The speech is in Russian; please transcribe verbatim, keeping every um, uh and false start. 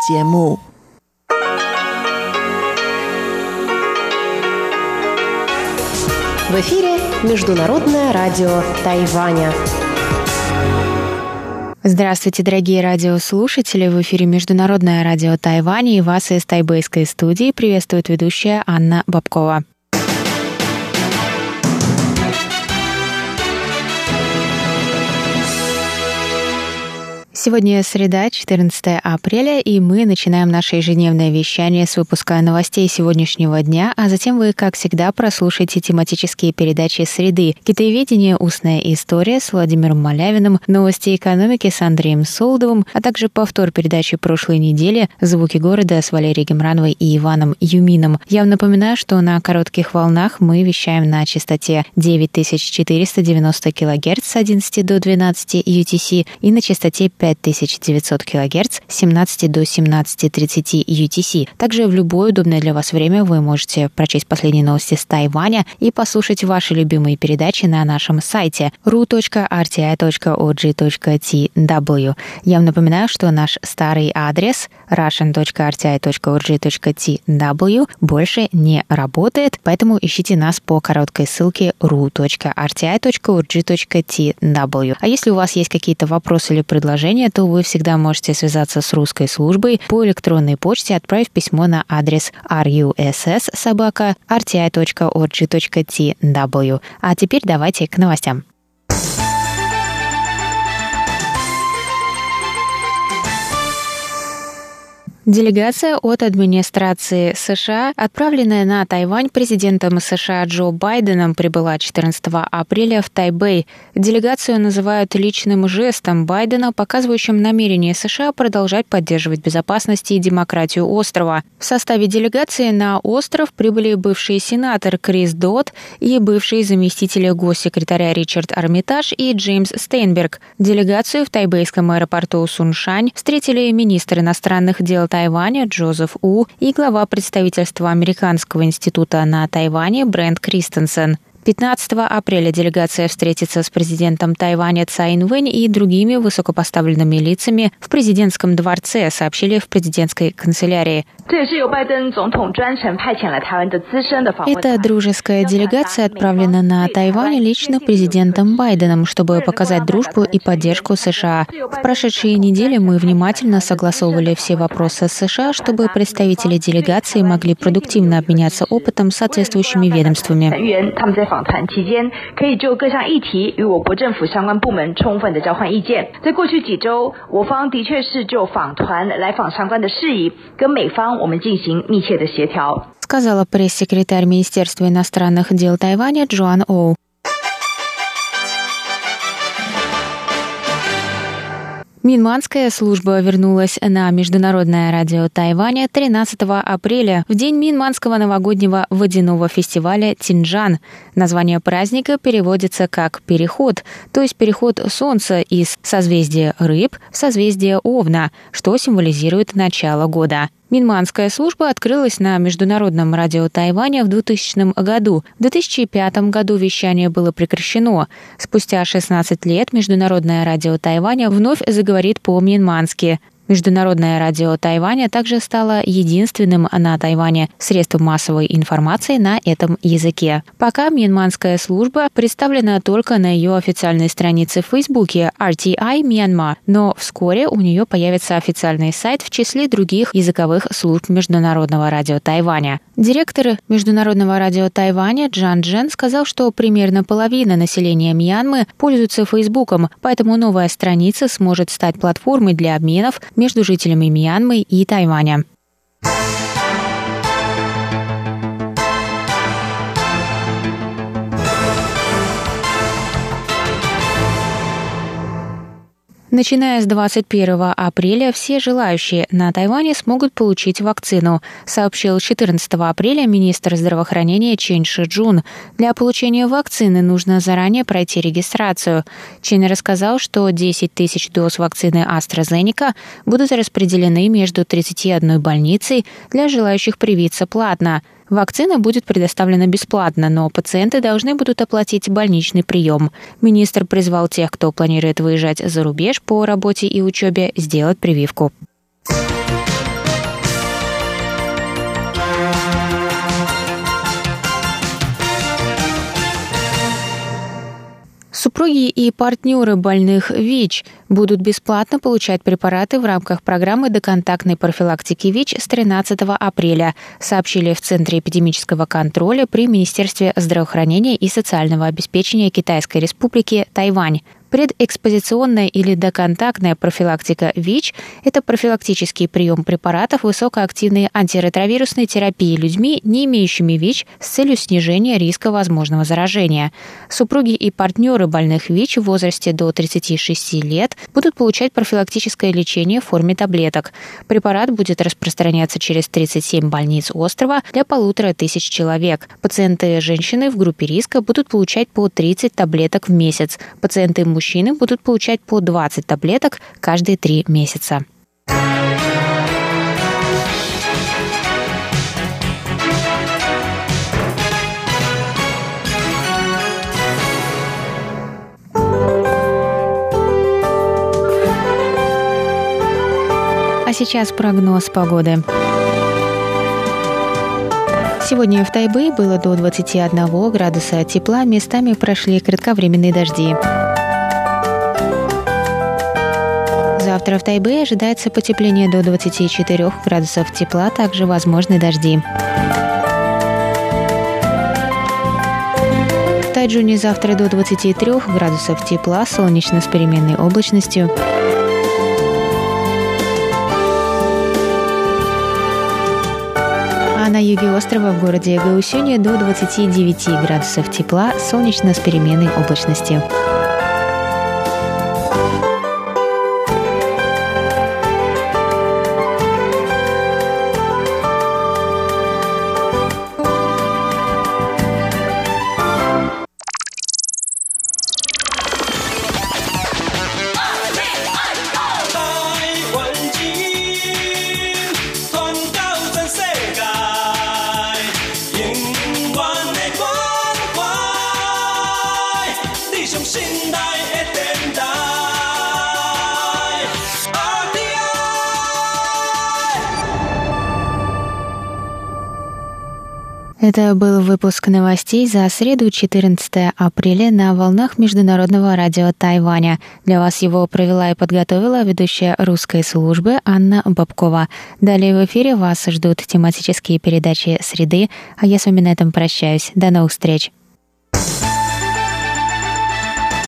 节目。 В эфире Международное радио Тайваня. Здравствуйте, дорогие радиослушатели! В эфире Международное радио Тайваня, и вас из тайбэйской студии приветствует ведущая Анна Бабкова. Сегодня среда, четырнадцатое апреля, и мы начинаем наше ежедневное вещание с выпуска новостей сегодняшнего дня, а затем вы, как всегда, прослушаете тематические передачи «Среды», «Китаеведение. Устная история» с Владимиром Малявиным, «Новости экономики» с Андреем Солдовым, а также повтор передачи прошлой недели «Звуки города» с Валерией Гемрановой и Иваном Юмином. Я вам напоминаю, что на коротких волнах мы вещаем на частоте девять тысяч четыреста девяносто килогерц с одиннадцати до двенадцати ю ти си и на частоте пять тысяч девятьсот килогерц с семнадцати до семнадцати тридцати ю ти си. Также в любое удобное для вас время вы можете прочесть последние новости с Тайваня и послушать ваши любимые передачи на нашем сайте ру точка ар ти ай точка о джи точка ти дабл ю. Я вам напоминаю, что наш старый адрес russian точка ар ти ай точка о джи точка ти дабл ю больше не работает, поэтому ищите нас по короткой ссылке ру точка ар ти ай точка о джи точка ти дабл ю. А если у вас есть какие-то вопросы или предложения, то вы всегда можете связаться с русской службой по электронной почте, отправив письмо на адрес russ собака ар ти ай точка о джи точка ти дабл ю. А теперь давайте к новостям. Делегация от администрации США, отправленная на Тайвань президентом США Джо Байденом, прибыла четырнадцатого апреля в Тайбэй. Делегацию называют личным жестом Байдена, показывающим намерение США продолжать поддерживать безопасность и демократию острова. В составе делегации на остров прибыли бывший сенатор Крис Дот и бывший заместитель госсекретаря Ричард Армитаж и Джеймс Стейнберг. Делегацию в тайбэйском аэропорту Суншань встретили министр иностранных дел Тайваня Джозеф У и глава представительства Американского института на Тайване Брент Кристенсен. пятнадцатого апреля делегация встретится с президентом Тайваня Цай Инвэнь и другими высокопоставленными лицами в президентском дворце, сообщили в президентской канцелярии. Эта дружеская делегация отправлена на Тайвань лично президентом Байденом, чтобы показать дружбу и поддержку США. В прошедшие недели мы внимательно согласовывали все вопросы с США, чтобы представители делегации могли продуктивно обменяться опытом с соответствующими ведомствами. 访谈期间可以就各项议题与我国政府相关部门充分的交换意见。在过去几周，我方的确是就访团来访相关的事宜跟美方我们进行密切的协调， сказала пресс-секретарь Министерства иностранных дел Тайваня Джоан Оу. Минманская служба вернулась на Международное радио Тайваня тринадцатого апреля, в день Минманского новогоднего водяного фестиваля Тинджан. Название праздника переводится как «переход», то есть переход Солнца из созвездия Рыб в созвездие Овна, что символизирует начало года. Минманская служба открылась на Международном радио Тайваня в двухтысячном году. В две тысячи пятом году вещание было прекращено. Спустя шестнадцать лет Международное радио Тайваня вновь заговорит по-минмански. Международное радио Тайваня также стало единственным на Тайване средством массовой информации на этом языке. Пока Минманская служба представлена только на ее официальной странице в Фейсбуке ар ти ай Myanmar, но вскоре у нее появится официальный сайт в числе других языковых служб Международного радио Тайваня. Директор Международного радио Тайваня Джан Джен сказал, что примерно половина населения Мьянмы пользуется Фейсбуком, поэтому новая страница сможет стать платформой для обменов между жителями Мьянмы и Тайваня. Начиная с двадцать первого апреля все желающие на Тайване смогут получить вакцину, сообщил четырнадцатого апреля министр здравоохранения Чен Шиджун. Для получения вакцины нужно заранее пройти регистрацию. Чен рассказал, что десять тысяч доз вакцины AstraZeneca будут распределены между тридцатью одной больницей для желающих привиться платно. Вакцина будет предоставлена бесплатно, но пациенты должны будут оплатить больничный прием. Министр призвал тех, кто планирует выезжать за рубеж по работе и учебе, сделать прививку. Супруги и партнеры больных ВИЧ будут бесплатно получать препараты в рамках программы доконтактной профилактики ВИЧ с тринадцатого апреля, сообщили в Центре эпидемического контроля при Министерстве здравоохранения и социального обеспечения Китайской Республики Тайвань. Предэкспозиционная или доконтактная профилактика ВИЧ – это профилактический прием препаратов высокоактивной антиретровирусной терапии людьми, не имеющими ВИЧ, с целью снижения риска возможного заражения. Супруги и партнеры больных ВИЧ в возрасте до тридцати шести лет будут получать профилактическое лечение в форме таблеток. Препарат будет распространяться через тридцать семь больниц острова для полутора тысяч человек. Пациенты-женщины в группе риска будут получать по тридцать таблеток в месяц. Пациенты-мужчины Мужчины будут получать по двадцать таблеток каждые три месяца. А сейчас прогноз погоды. Сегодня в Тайбэе было до двадцати одного градуса тепла, местами прошли кратковременные дожди. Завтра в Тайбэе ожидается потепление до двадцати четырёх градусов тепла, также возможны дожди. В Тайчжуне завтра до двадцати трёх градусов тепла, солнечно с переменной облачностью. А на юге острова в городе Гаосюне до двадцати девяти градусов тепла, солнечно с переменной облачностью. Это был выпуск новостей за среду, четырнадцатого апреля на волнах Международного радио Тайваня. Для вас его провела и подготовила ведущая русской службы Анна Бабкова. Далее в эфире вас ждут тематические передачи «Среды», а я с вами на этом прощаюсь. До новых встреч!